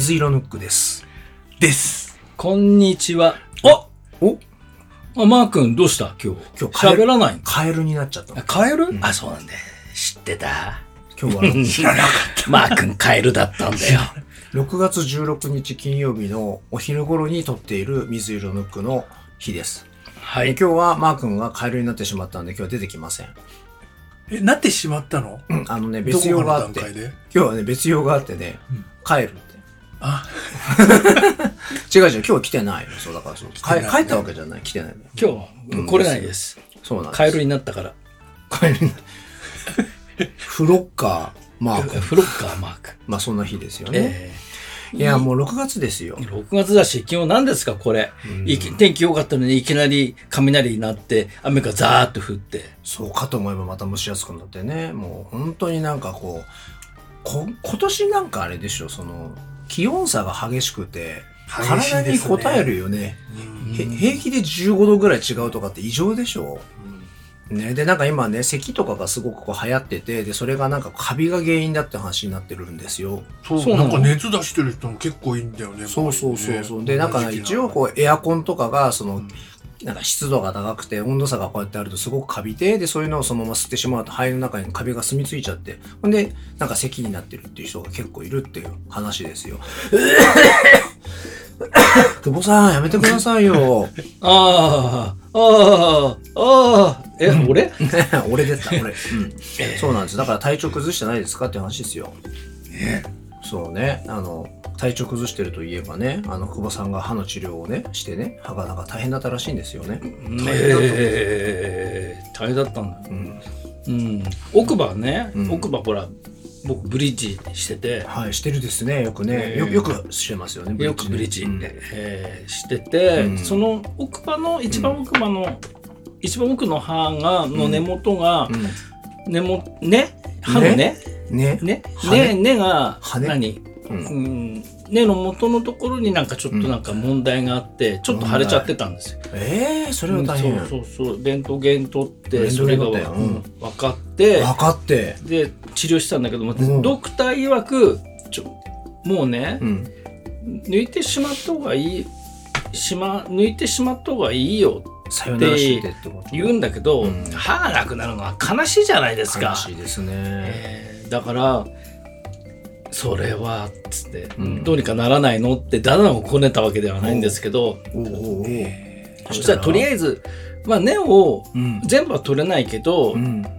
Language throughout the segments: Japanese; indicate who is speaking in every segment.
Speaker 1: 水色ヌックです。
Speaker 2: こんにちは。マー君どうした今日喋らないの？
Speaker 1: カエルになっちゃったの。
Speaker 2: カエル？そうなんだよ。知ってた？
Speaker 1: 今日は知らなかった。
Speaker 2: マー君カエルだったんだよ。
Speaker 1: 6月16日金曜日のお昼頃に撮っている水色ヌックの日です。
Speaker 2: はい。
Speaker 1: 今日はマー君がカエルになってしまったんで今日は出てきません。
Speaker 3: なってしまったの？
Speaker 1: 別用があって。今日はね、別用があってね、帰るって。違う、今日は来てないの。そうだからそう。帰ったわけじゃない。来てないの。
Speaker 2: 今日、来れないです。
Speaker 1: そうなんです。
Speaker 2: カエルになったから。
Speaker 1: カエルになった。フロッカーマーク。
Speaker 2: フロッカーマーク。
Speaker 1: まあそんな日ですよね。いや、もう6月ですよ。
Speaker 2: 6月だし、昨日何ですかこれ。天気良かったのにいきなり雷になって、雨がザーッと降って。
Speaker 1: そうかと思えばまた蒸し暑くなってね。もう本当になんか今年なんかあれでしょ、気温差が激しくて、体に応えるよね。平気で15度ぐらい違うとかって異常でしょ。ね、でなんか今ね、咳とかがすごく流行ってて、でそれがなんかカビが原因だって話になってるんですよ。
Speaker 3: そうなんか熱出してる人も結構いいんだよね。
Speaker 1: そう。でなんか一応エアコンとかがなんか湿度が高くて温度差がこうやってあるとすごくカビて、でそういうのをそのまま吸ってしまうと肺の中にカビが住み着いちゃって、ほんでなんか咳になってるっていう人が結構いるっていう話ですよ。久保さんやめてくださいよ。
Speaker 2: 俺
Speaker 1: 俺ですか、俺。そうなんです。だから体調崩してないですかって話ですよ。そうね。体調崩してるといえばね、久保さんが歯の治療をね、してね、歯がなんか大変だったらしいんですよね。
Speaker 2: 大変だったんだ。奥歯ね、奥歯ほら、僕ブリッジしてて。
Speaker 1: はい、してるですね、よくね。よくしてますよね、
Speaker 2: よくブリッジしてて、その奥歯の、一番奥歯の、一番奥の歯の根元が、歯の根が、根の元のところになんかちょっとなんか問題があって、ちょっと腫れちゃってたんですよ。
Speaker 1: それは大変。
Speaker 2: そうレントゲン取ってそれが分かってで治療したんだけども、ドクター曰くもうね、抜いてしまった方がいいよって言うんだけど、歯がなくなるのは悲しいじゃないですか。
Speaker 1: 悲しいですね。
Speaker 2: だからそれはつって、どうにかならないのってだだをこねたわけではないんですけど、そしたらとりあえず、根を全部は取れないけど、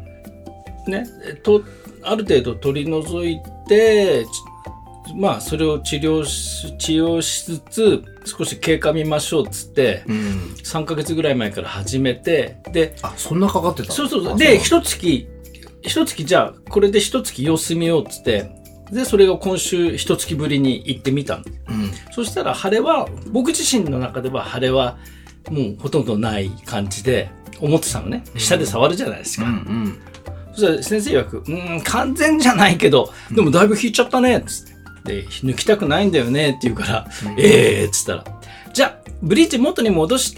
Speaker 2: ある程度取り除いて、それを治療しつつ少し経過見ましょうっつって、3ヶ月ぐらい前から始めて、で、
Speaker 1: そんなかかってた？
Speaker 2: そうで、一月じゃあこれで一月様子見ようっつって、でそれが今週一月ぶりに行ってみたの。そしたら腫れは、僕自身の中では腫れはもうほとんどない感じで思ってたのね。下で触るじゃないですか。そしたら先生曰く、完全じゃないけど、でもだいぶ引いちゃったねっつって、で抜きたくないんだよねって言うから、っつったら、じゃあブリッジ元に戻して、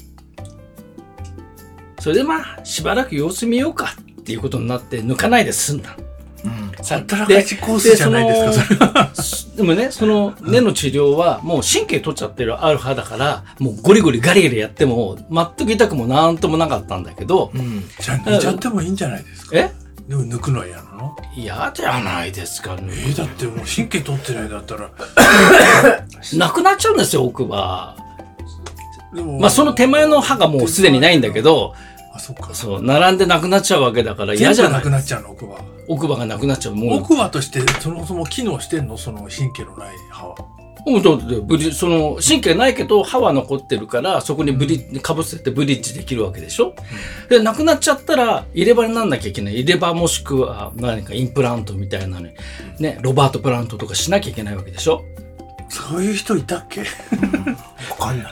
Speaker 2: それでしばらく様子見ようかっていうことになって抜かないで済んだ。
Speaker 3: ほったらかしコースじゃないですか、それは。
Speaker 2: でもね、その根の治療はもう神経取っちゃってるある歯だから、もうゴリゴリガリガリやっても全く痛くもなんともなかったんだけど、
Speaker 3: じゃあ抜いちゃってもいいんじゃないですか。でも抜くのは嫌なの？
Speaker 2: 嫌じゃないですかね。
Speaker 3: だってもう神経取ってないだったら
Speaker 2: なくなっちゃうんですよ、奥歯。その手前の歯がもうすでにないんだけど、そう並んでなくなっちゃうわけだから嫌じゃない。
Speaker 3: 全部なくなっちゃうの、奥歯。
Speaker 2: 奥歯がなくなっちゃう。
Speaker 3: もう奥歯としてそもそも機能してんの、その神経のない歯は。
Speaker 2: その神経ないけど歯は残ってるから、そこにかぶせてブリッジできるわけでしょ。でなくなっちゃったら入れ歯になんなきゃいけない。入れ歯もしくは何かインプラントみたいなね、ロバートプラントとかしなきゃいけないわけでしょ。
Speaker 3: そういう人いたっけ？
Speaker 1: わかんない。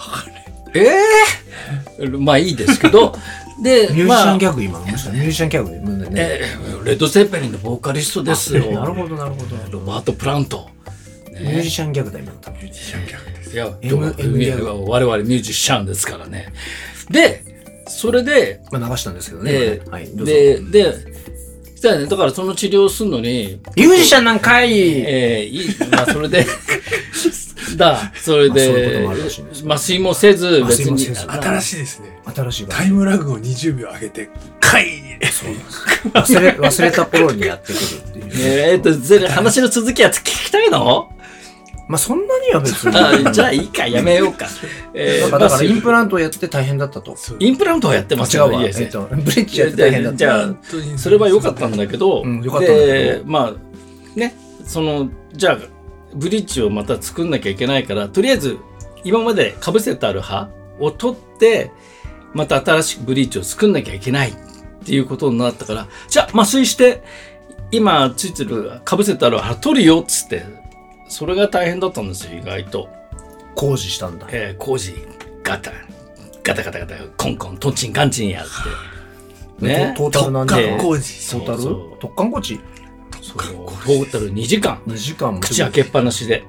Speaker 2: いいですけど。で、
Speaker 1: ミュージシャンギャグ今のミュージシャンギャグ
Speaker 2: レッド・ゼッペリンのボーカリストですよ。
Speaker 1: なるほど。
Speaker 2: ロバート・プラント。
Speaker 1: ミュージシャンギャグだ今の。ミュージシャンギャグです。
Speaker 2: 我々ミュージシャンですからね。で、それで、
Speaker 1: 流したんですけどね。
Speaker 2: で、 だね。だからその治療するのに、
Speaker 1: ミュージシャンなんかい。
Speaker 2: まあそれで、それで、麻酔もせず、別に。
Speaker 3: 新しいですね。
Speaker 1: 新しい
Speaker 3: タイムラグを20秒上げて、かい
Speaker 1: 忘れた頃にやってくるっていう。
Speaker 2: 話の続きは聞きたいの？
Speaker 1: まあそんなには別に。
Speaker 2: じゃあいいか、やめようか。
Speaker 1: だからインプラントをやって大変だったと。
Speaker 2: インプラントをやってます
Speaker 1: よ。違うわ。ブリッジやって大変だった。
Speaker 2: じゃあ、それは良かったんだけど、まあ、ね、じゃあ、ブリッジをまた作んなきゃいけないから、とりあえず、今まで被せてある歯を取って、また新しくブリッジを作んなきゃいけないっていうことになったから、じゃあ麻酔して、今ついてる被せてある歯取るよっつって、それが大変だったんですよ、意外と。
Speaker 1: 工事したんだ。
Speaker 2: 工事、ガタガタ、コンコン、トンチンガンチンやって。ね。
Speaker 1: トータルなんで。
Speaker 3: 工事。
Speaker 1: トータル特貫工事。
Speaker 2: トータル2時間。
Speaker 1: 2時間も。
Speaker 2: 口開けっぱなしで。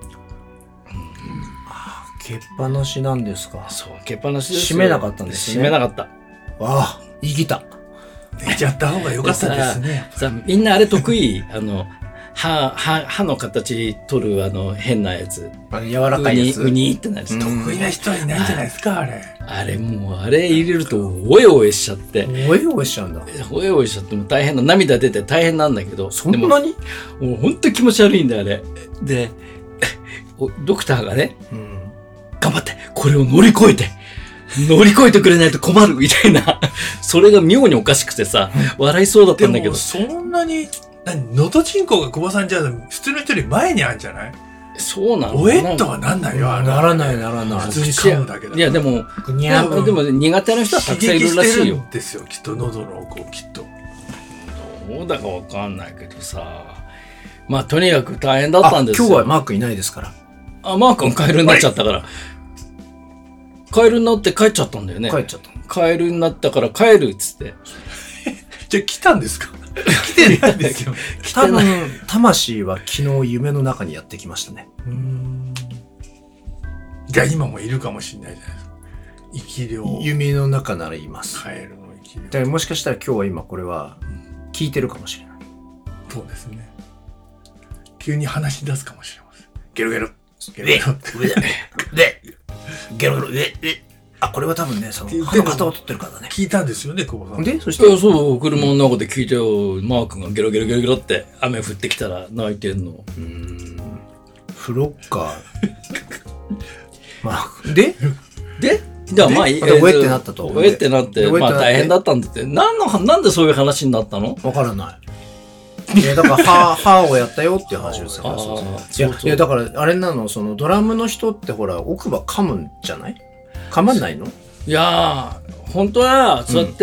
Speaker 1: 開けっぱなしなんですか。
Speaker 2: そう、開けっぱなしです。
Speaker 1: 閉めなかったんですね。
Speaker 2: 閉めなかった。
Speaker 1: ああ、言い切った。
Speaker 3: 寝ちゃった方が良かったですね。
Speaker 2: さ、みんなあれ得意歯の形取る変なやつ。
Speaker 1: 柔らかいやつ。
Speaker 2: ウニってなる。得
Speaker 3: 意な人はいないんじゃないですか、あれ。
Speaker 2: あれもう、あれ入れると、おえおえしちゃって。
Speaker 1: おえおえしちゃうんだ。
Speaker 2: おえおえしちゃっても大変な、涙出て大変なんだけど。
Speaker 1: そんなに？
Speaker 2: もうほんと気持ち悪いんだよ、あれ。で、ドクターがね、頑張って、これを乗り越えてくれないと困るみたいな。それが妙におかしくてさ、笑いそうだったんだけど。
Speaker 3: そんなに、のどちんこが久保さんじゃ普通の人より前にあるんじゃない？
Speaker 2: そうなの？
Speaker 3: おえっとはなんないよ、
Speaker 1: ならない。
Speaker 3: 普通に噛むだけだ。
Speaker 2: いや、でも苦手な人はたくさんいるらしいよ。刺激してるんですよ、
Speaker 3: きっと、喉の奥をきっと。
Speaker 2: どうだかわかんないけどさ。まあ、とにかく大変だったんですよ。
Speaker 1: 今日はマー君いないですから。
Speaker 2: マー君カエルになっちゃったから。カエルになって帰っちゃったんだよね。
Speaker 1: 帰っちゃった。
Speaker 2: カエルになったから帰るっつって。
Speaker 3: じゃあ来たんですか？来てないんですよ。
Speaker 1: 多分、魂は昨日夢の中にやってきましたね。
Speaker 3: じゃあ今もいるかもしれないじゃないですか。生き量。
Speaker 1: 夢の中ならいます。
Speaker 3: カエルの生き量。
Speaker 1: だからもしかしたら今日は今これは聞いてるかもしれない。
Speaker 3: そうですね。急に話し出すかもしれません。ゲロゲロ。ゲロゲロ。
Speaker 1: ゲロゲロ。これは多分ね、歯の型を取ってるからね。
Speaker 3: 聞いたんですよね、久保さん。
Speaker 1: で、そして
Speaker 2: そう、車の中で聞いてよ、マー君がゲロゲロゲロゲロって雨降ってきたら泣いてんの。
Speaker 1: フロッカー。まあ、で
Speaker 2: じゃあまあ、
Speaker 1: おえってなったと。
Speaker 2: おえってなって、まあ大変だったんだって。なんでそういう話になったの？
Speaker 1: わからない。いや、だから歯をやったよっていう話ですよ。いや、だからあれなの、ドラムの人ってほら、奥歯噛むんじゃない？噛まないの？
Speaker 2: いやー、本当は、そうやって、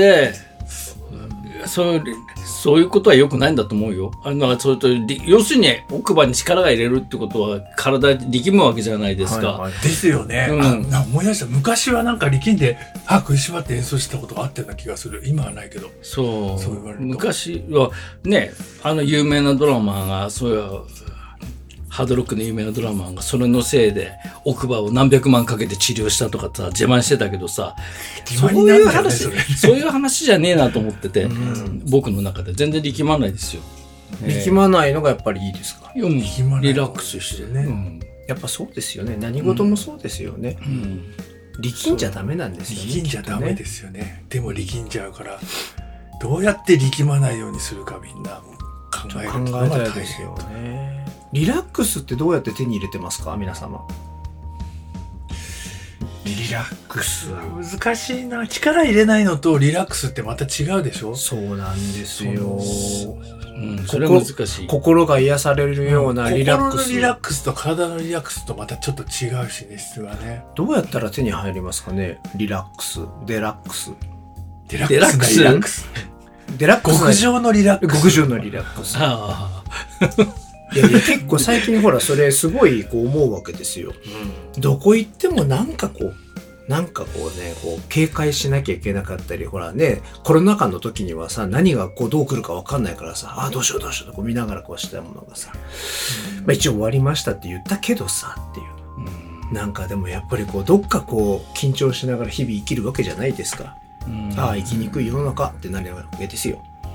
Speaker 2: そういうことは良くないんだと思うよ。要するに奥歯に力が入れるってことは体で力むわけじゃないですか。
Speaker 3: ですよね。思い出した。昔はなんか力んで歯食いしばって演奏したことがあったような気がする。今はないけど。
Speaker 2: そう言われると。昔はね、有名なドラマーが、そういうハードロックの有名なドラマーがそれのせいで奥歯を何百万かけて治療したとかさ自慢してたけどさ、そういう話じゃねえなと思ってて、僕の中で全然力まないですよ。
Speaker 1: 力まないのがやっぱりいいですか？
Speaker 2: リラックスしてね。
Speaker 1: やっぱそうですよね。何事もそうですよね。力んじゃダメなんですよね。
Speaker 3: 力んじゃダメですよね。でも力んじゃうからどうやって力まないようにするかみんな考えるのが大変ですよ
Speaker 1: ね。リラックスってどうやって手に入れてますか、皆様？
Speaker 3: リラックス難しいな。力入れないのとリラックスってまた違うでしょ？
Speaker 1: そうなんですよ。
Speaker 2: それは難しい。
Speaker 1: 心が癒されるようなリラックス。
Speaker 3: 心のリラックスと体のリラックスとまたちょっと違うしね、質がね。
Speaker 1: どうやったら手に入りますかね？リラックス、デラックス。
Speaker 3: デラックス。
Speaker 1: デラックス。デラックス。
Speaker 3: 極上のリラックス。
Speaker 1: 極上のリラックス。いや結構最近ほらそれすごいこう思うわけですよ。どこ行ってもなんかこうね警戒しなきゃいけなかったり、ほらねコロナ禍の時にはさ、何がこうどう来るか分かんないからさ、どうしようとこう見ながらこうしたものがさ、一応終わりましたって言ったけどさっていう、なんかでもやっぱりこうどっかこう緊張しながら日々生きるわけじゃないですか。生きにくい世の中ってなるわけですよ。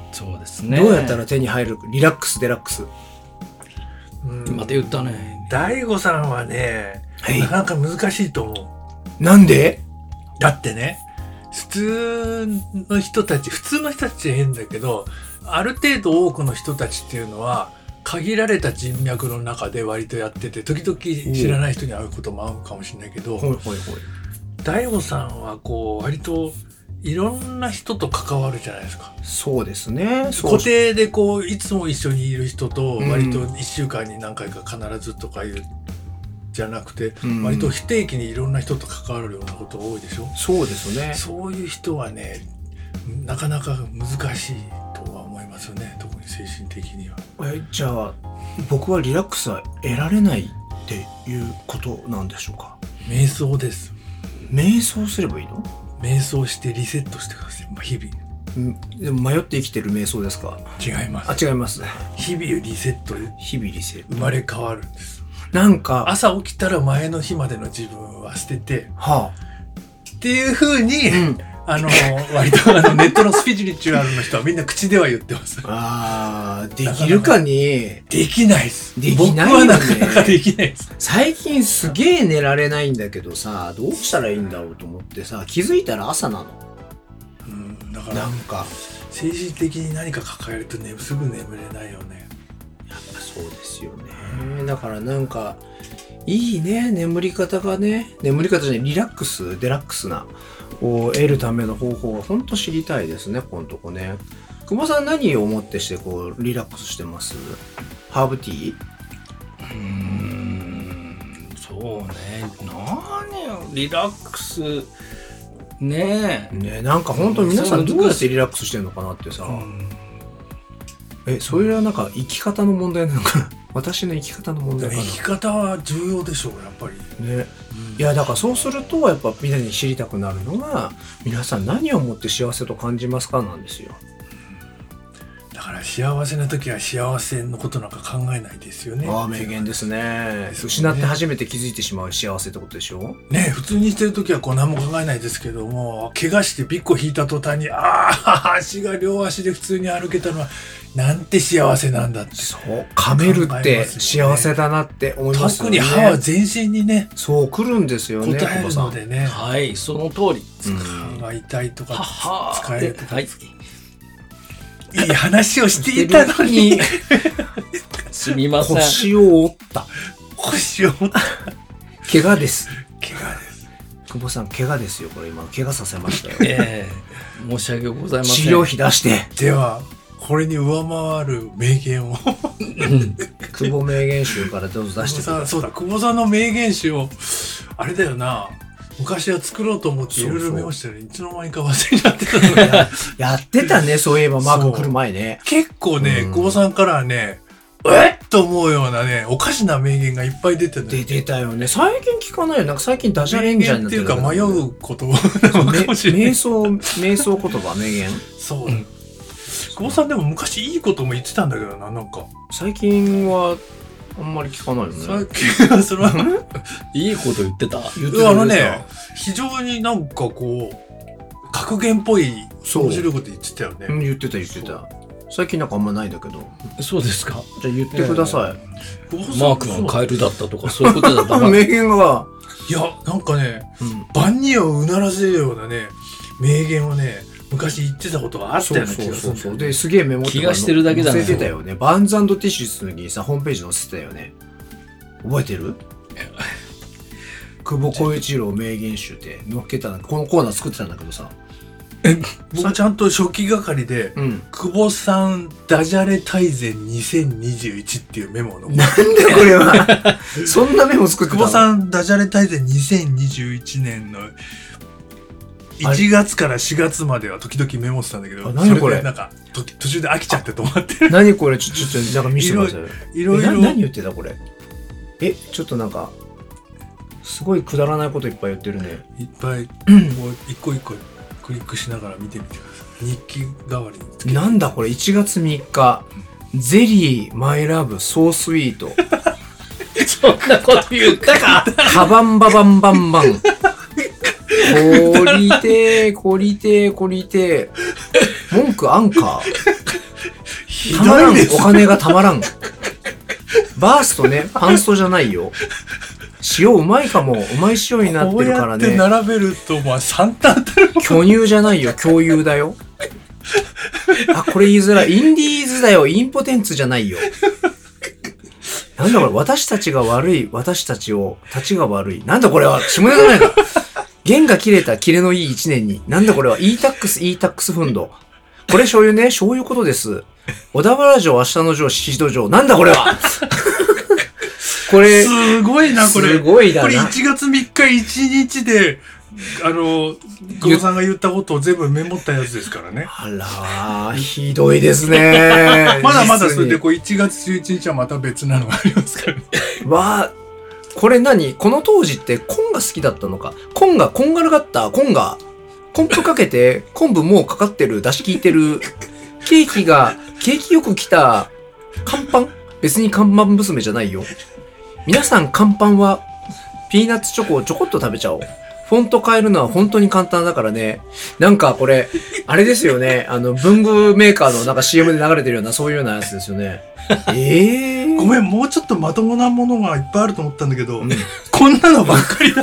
Speaker 2: そうですね。
Speaker 1: どうやったら手に入るリラックスデラックス。
Speaker 2: また言ったね。
Speaker 3: 大悟さんはね、なかなか難しいと思
Speaker 1: う。なんで？
Speaker 3: だってね、普通の人たちは変だけど、ある程度多くの人たちっていうのは限られた人脈の中で割とやってて、時々知らない人に会うこともあるかもしれないけど、大悟さんはこう割といろんな人と関わるじゃないですか。
Speaker 1: そうですね。
Speaker 3: 固定でこういつも一緒にいる人と割と1週間に何回か必ずとかいうじゃなくて、割と不定期にいろんな人と関わるようなこと多いでしょ。
Speaker 1: そうですね。
Speaker 3: そういう人はね、なかなか難しいとは思いますよね。特に精神的には。
Speaker 1: じゃあ僕はリラックスは得られないっていうことなんでしょうか？
Speaker 3: 瞑想です。
Speaker 1: 瞑想すればいいの？
Speaker 3: 瞑想してリセットしてください。日々。
Speaker 1: でも迷って生きてる瞑想ですか？
Speaker 3: 違います。
Speaker 1: 違います。
Speaker 3: 日々リセットで。
Speaker 1: 日々リセット。
Speaker 3: 生まれ変わるんです。
Speaker 1: なんか
Speaker 3: 朝起きたら前の日までの自分は捨てて、っていう風に、割とネットのスピリチュアルの人はみんな口では言ってます。
Speaker 1: できるかに。
Speaker 3: できないです。
Speaker 1: できないよね。
Speaker 3: 僕はなかなかできないです。
Speaker 1: 最近すげえ寝られないんだけどさ、どうしたらいいんだろうと思ってさ、気づいたら朝なの。
Speaker 3: だからなんか精神的に何か抱えるとね、すぐ眠れないよね。
Speaker 1: やっぱそうですよね。だからなんかいいね、眠り方じゃない、リラックスデラックスなを得るための方法が本当知りたいですね、このとこね。久保さん何をもってしてこうリラックスしてます？ハーブティー？
Speaker 2: そうね。何よリラックスね
Speaker 1: えなんか本当に皆さんどうやってリラックスしてるのかなってさ、それはなんか生き方の問題なのかな？私の生き方の問題かな？
Speaker 3: 生き方は重要でしょう、やっぱり
Speaker 1: ね。いやだからそうするとやっぱみんなに知りたくなるのが、皆さん何をもって幸せと感じますかなんですよ。
Speaker 3: だから幸せな時は幸せのことなんか考えないですよね。
Speaker 1: 名言ですね。失って初めて気づいてしまう幸せってことでしょ
Speaker 3: ね。普通にしてる時はこう何も考えないですけども、怪我してビッコ引いた途端に両足で普通に歩けたのはなんて幸せなんだって。
Speaker 1: そう、噛めるって幸せだなって思いますよね。
Speaker 3: 特に歯は全身にね、
Speaker 1: そう来るんですよね。
Speaker 3: 答えるのでね。
Speaker 2: はい、その通り。
Speaker 3: 歯が痛いとか使えるとか。
Speaker 2: はい。
Speaker 3: いい話をしていたのに
Speaker 2: すみません。
Speaker 1: 腰を折った。怪我です。
Speaker 3: 怪我です。
Speaker 1: 久保さん怪我ですよ。これ今怪我させましたよ。
Speaker 2: 申し訳ございません。
Speaker 1: 治療費出して。
Speaker 3: ではこれに上回る名言を
Speaker 1: 久保名言集からどうぞ出してください。
Speaker 3: そうだ、久保さんの名言集をあれだよな。昔は作ろうと思っていろいろメモしてる。いつの間にか忘れちゃってたのが
Speaker 1: やってたね、そういえばマーク来る前ね。
Speaker 3: 結構ね、久保さんからはね、と思うようなね、おかしな名言がいっぱい出てる。
Speaker 1: 出たよね。最近聞かないよ。なんか最近ダジャレンジャーになってる。
Speaker 3: 名言っていうか迷う言葉なのかもしれない。
Speaker 1: 瞑想言葉、名言。
Speaker 3: そう。久保さんでも昔いいことも言ってたんだけどな、なんか。
Speaker 1: 最近はあんまり聞かないよね。
Speaker 3: 最近はそれ
Speaker 2: いいこと言ってた。
Speaker 3: 非常になんかこう格言っぽい面白いこと言ってたよね。
Speaker 1: 言ってた。最近なんかあんまないんだけど。
Speaker 2: そうですか。
Speaker 1: じゃあ言ってくださ
Speaker 2: い。マークはカエルだったとかそういうことだったら。
Speaker 1: 名言が。
Speaker 3: いやなんかね、万人をうならせるようなね名言をね。昔言ってたことがあったような気がする。
Speaker 1: そうで、すげえメモって
Speaker 2: 気がしてるだけだね。
Speaker 1: 載せてたよね。バンズ&ティッシュスの時にさ、ホームページ載せてたよね。覚えてる？久保浩一郎名言集って載っけたこのコーナー作ってたんだけどさ。
Speaker 3: 僕ちゃんと初期係で、久保さんダジャレ大全2021っていうメモの。
Speaker 1: なんでこれはそんなメモ作ってたの？
Speaker 3: 久保さんダジャレ大全2021年の1月から4月までは時々メモってたんだけど、
Speaker 1: 何これ
Speaker 3: なんか途中で飽きちゃって止まってる。
Speaker 1: 何これちょっとなんか見せてください。
Speaker 3: いろいろ
Speaker 1: 何言ってたこれ。ちょっとなんかすごいくだらないこといっぱい言ってるね。
Speaker 3: いっぱいもう一個一個クリックしながら見てみてください。日記代わりに。
Speaker 1: なんだこれ1月3日ゼリーマイラブソースイート。
Speaker 2: そんなこと言ったか。
Speaker 1: カバンババンバンバン。こりてー。文句アンカー。 たまらん、お金がたまらん。バーストね、パンストじゃないよ。塩うまいかも。うまい塩になってるからね。
Speaker 3: こうやって並べると、まあ、3単当たるもん。
Speaker 1: 巨乳じゃないよ、共有だよ。あ、これ言いづらい。インディーズだよ、インポテンツじゃないよ。なんだこれ、私たちが悪い、私たちを、たちが悪い。なんだこれは、下ネタじゃないか。弦が切れた、切れのいい一年に。なんだこれは、E-TAX フンド。これ醤油ね、醤油ことです。小田原城、明日の城、宍戸城。なんだこれは。これ、
Speaker 3: すごいな、これ。
Speaker 1: すごいだな。
Speaker 3: これ1月3日1日で、久保さんが言ったことを全部メモったやつですからね。
Speaker 1: あらー、ひどいですね。
Speaker 3: まだまだそれで、1月11日はまた別なのがありますからね。
Speaker 1: わー、これ何？この当時ってコンが好きだったのか。コンがるかった。コンプかけて、昆布もうかかってる、出し効いてる。ケーキよく来た、乾パン？別に乾パン娘じゃないよ。皆さん乾パンは、ピーナッツチョコをちょこっと食べちゃおう。フォント変えるのは本当に簡単だからね。なんかこれ、あれですよね。文具メーカーのなんか CM で流れてるような、そういうようなやつですよね。
Speaker 3: ごめん、もうちょっとまともなものがいっぱいあると思ったんだけど、
Speaker 1: うん、
Speaker 3: こんなのばっかりだ。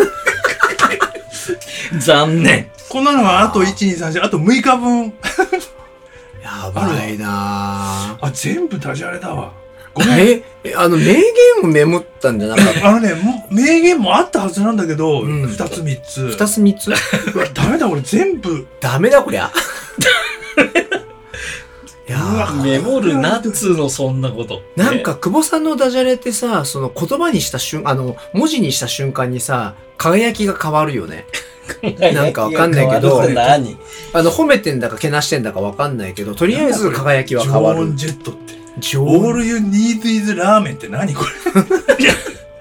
Speaker 2: 残念。
Speaker 3: こんなのはあと1、2、3、4、あと6日分。
Speaker 1: やばいな
Speaker 3: あ、全部ダジャレだわ。
Speaker 1: ごめん。名言をメモったんじゃなかった？
Speaker 3: 名言もあったはずなんだけど、
Speaker 1: うん、
Speaker 3: 2つ3つ。
Speaker 1: 2つ3つ
Speaker 3: ダメだ、俺全部。
Speaker 1: ダメだ、こりゃ。
Speaker 2: いやメモるなっつうの、そんなこと。
Speaker 1: なんか、久保さんのダジャレってさ、その言葉にした文字にした瞬間にさ、輝きが変わるよね。なんかわかんないけど、褒めてんだかけなしてんだかわかんないけど、とりあえず輝きは変わる。
Speaker 3: 常温ジェットって。All you need is ラーメンって何これ。いや、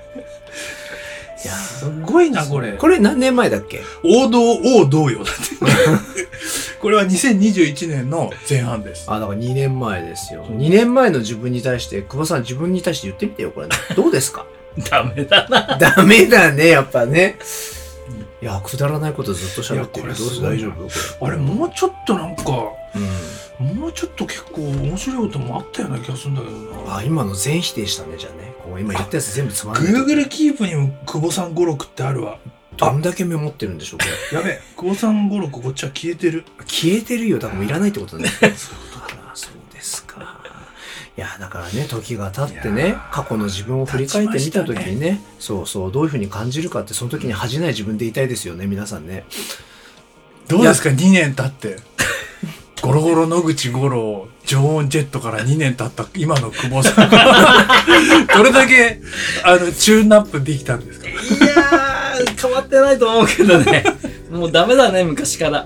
Speaker 3: すごいな、これ。
Speaker 1: これ何年前だっけ？
Speaker 3: 王道よ、だって。これは2021年の前半です。
Speaker 1: あ、だから2年前ですよ。2年前の自分に対して、久保さん自分に対して言ってみてよ、これ。どうですか？
Speaker 2: ダメだな。
Speaker 1: ダメだね、やっぱね。いや、くだらないことずっと喋ってる。どうする？大丈夫？
Speaker 3: あれ、もうちょっとなんか、もうちょっと結構面白いこともあったような気がするんだけどな。
Speaker 1: あ、今の全否定したね、じゃあね。今言ったやつ全部つまんない。
Speaker 3: Google キープにも久保さん語録ってあるわ。
Speaker 1: どんだけメモってるんでしょう、こ
Speaker 3: れ。やべえ、久保さん語録こっちは消えてる。
Speaker 1: 消えてるよ。だからもういらないってことね。そういうことかな。そうですか。いや、だからね、時が経ってね、過去の自分を振り返ってみたときにね、そうそう、どういうふうに感じるかって、その時に恥じない自分でいたいですよね、皆さんね。
Speaker 3: どうですか、2年経って。ゴロゴロ野口五郎、常温ジェットから2年経った今の久保さん。どれだけ、チューンナップできたんですか？
Speaker 2: いやー、変わってないと思うけどね。もうダメだね、昔から。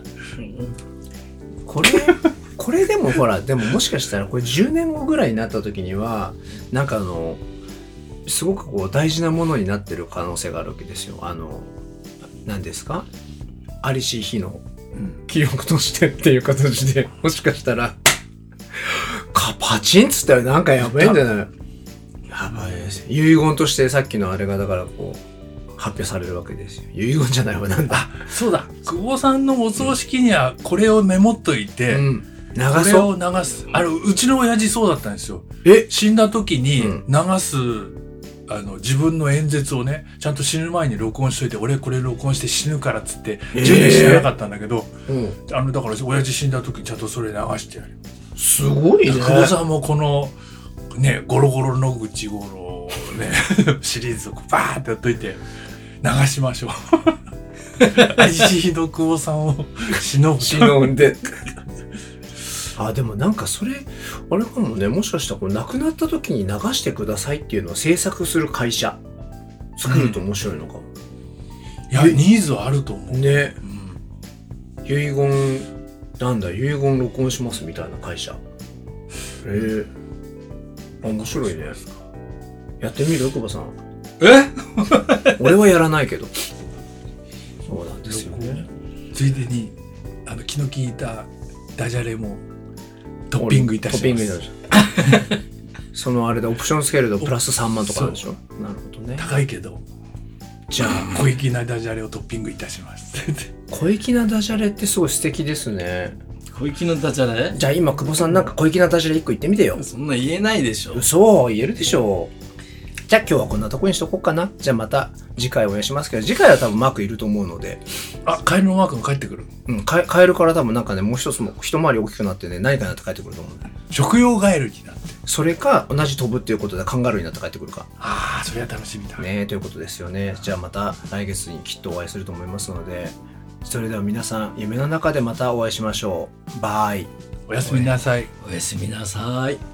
Speaker 1: これでもほら、でももしかしたらこれ10年後ぐらいになった時には、なんかすごくこう大事なものになってる可能性があるわけですよ。何ですか？アリシー・ヒの記憶としてっていう形で、もしかしたら、パチンっつったらなんかやばいんじゃない？やばいです。遺言としてさっきのあれがだからこう、発表されるわけですよ。遺言じゃないわ、なんだ。
Speaker 3: そうだ。久保さんのお葬式にはこれをメモっといて、
Speaker 1: 流
Speaker 3: これを流す。うちの親父そうだったんですよ。死んだ時に流す、自分の演説をね、ちゃんと死ぬ前に録音しといて、俺これ録音して死ぬからっつって準備してなかったんだけど、だから親父死んだ時にちゃんとそれ流してやる。
Speaker 1: すごいね。
Speaker 3: 久保さんもこのね、ゴロゴロ野口五郎ねシリーズをバーってやっといて流しましょう。IC の久保さんを忍んで。
Speaker 1: あ、でもなんかそれあれかもね、もしかしたらこれ亡くなった時に流してくださいっていうのを制作する会社作ると面白いのかも。
Speaker 3: いや、ニーズはあると思う
Speaker 1: ね。遺言遺言録音しますみたいな会社。面白いね。やってみる？久保さん。俺はやらないけど。そうなんですよね。
Speaker 3: ついでに昨日聞いたダジャレもトッピングいたします。トッピングいたします。
Speaker 1: そのあれでオプションつけるとプラス3万とかあるでしょ。なるほどね。
Speaker 3: 高いけど。じゃあ小粋なダジャレをトッピングいたします。
Speaker 1: 小粋なダジャレってすごい素敵ですね。
Speaker 2: 小粋なダジャレ？
Speaker 1: じゃあ今久保さんなんか小粋なダジャレ1個言ってみてよ。
Speaker 2: そんな言えないでしょ。
Speaker 1: 嘘、言えるでしょう。じゃあ今日はこんなとこにしとこうかな。じゃあまた次回お願いしますけど、次回は多分マークいると思うので。
Speaker 3: あ、カエルのマークが帰ってくる。
Speaker 1: うん、カエルから多分なんかね、もう一つも一回り大きくなってね、何かになって帰ってくると思う。
Speaker 3: 食用ガエルになって。
Speaker 1: それか、同じ飛ぶっていうことでカンガルーになって帰ってくるか。
Speaker 3: ああ、それは楽しみだ。
Speaker 1: ね、ということですよね。じゃあまた来月にきっとお会いすると思いますので、それでは皆さん、夢の中でまたお会いしましょう。バイ。
Speaker 3: おやすみなさい。
Speaker 2: おやすみなさい。